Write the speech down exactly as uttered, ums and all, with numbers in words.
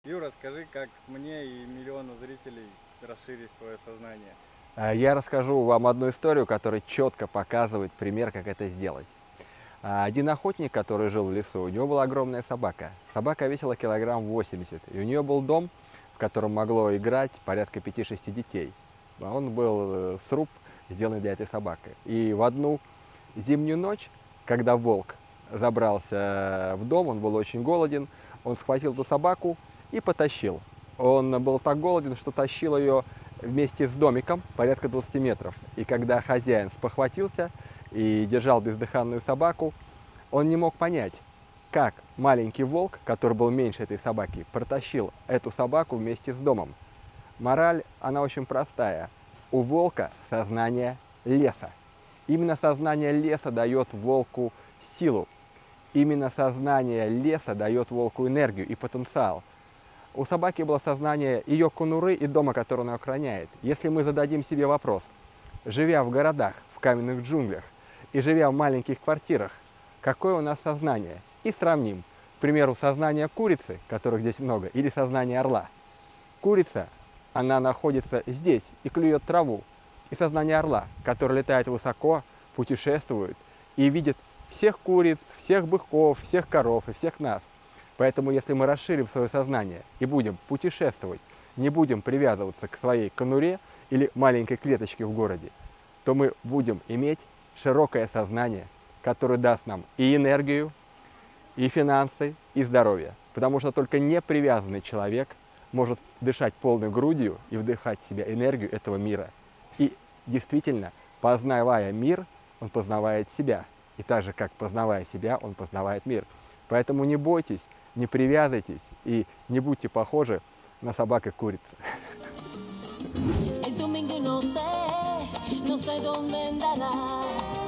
Юра, скажи, как мне и миллиону зрителей расширить свое сознание? А, Я расскажу вам одну историю, которая четко показывает пример, как это сделать. А, Один охотник, который жил в лесу, у него была огромная собака. Собака весила килограмм восемьдесят, и у нее был дом, в котором могло играть порядка пяти-шести детей. А Он был э, сруб, сделанный для этой собаки. И в одну зимнюю ночь, когда волк забрался в дом, он был очень голоден, он схватил эту собаку и потащил. Он был так голоден, что тащил ее вместе с домиком порядка двадцати метров. И когда хозяин спохватился и держал бездыханную собаку, он не мог понять, как маленький волк, который был меньше этой собаки, протащил эту собаку вместе с домом. Мораль, она очень простая. У волка сознание леса. Именно сознание леса дает волку силу. Именно сознание леса дает волку энергию и потенциал. У собаки было сознание ее конуры и дома, который она охраняет. Если мы зададим себе вопрос, живя в городах, в каменных джунглях и живя в маленьких квартирах, какое у нас сознание? И сравним, к примеру, сознание курицы, которых здесь много, или сознание орла. Курица, она находится здесь и клюет траву. И сознание орла, который летает высоко, путешествует и видит всех куриц, всех быков, всех коров и всех нас. Поэтому если мы расширим свое сознание и будем путешествовать, не будем привязываться к своей конуре или маленькой клеточке в городе, то мы будем иметь широкое сознание, которое даст нам и энергию, и финансы, и здоровье. Потому что только непривязанный человек может дышать полной грудью и вдыхать в себя энергию этого мира. И действительно, познавая мир, он познавает себя. И так же, как познавая себя, он познавает мир. Поэтому не бойтесь, не привязывайтесь и не будьте похожи на собак и куриц. Es domingo y no sé, no sé dónde andará.